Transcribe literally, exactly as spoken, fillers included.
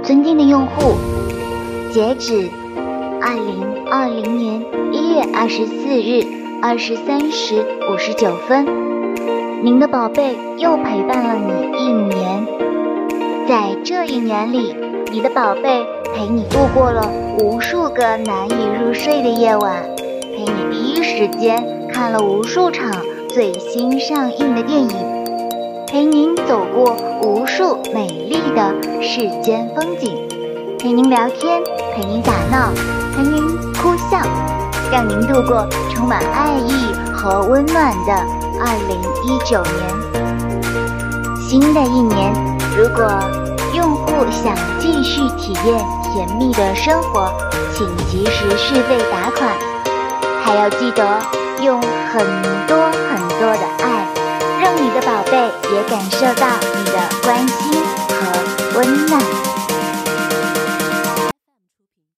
尊敬的用户，截止二零二零年一月二十四日二十三时五十九分，您的宝贝又陪伴了你一年。在这一年里，你的宝贝陪你度过了无数个难以入睡的夜晚，陪你第一时间看了无数场最新上映的电影，陪您走过无数美丽的世间风景，陪您聊天，陪您打闹，陪您哭笑，让您度过充满爱意和温暖的二零一九年。新的一年，如果用户想继续体验甜蜜的生活，请及时续费打款，还要记得用很多很多的爱，让你的宝贝也感受到你的关心和温暖。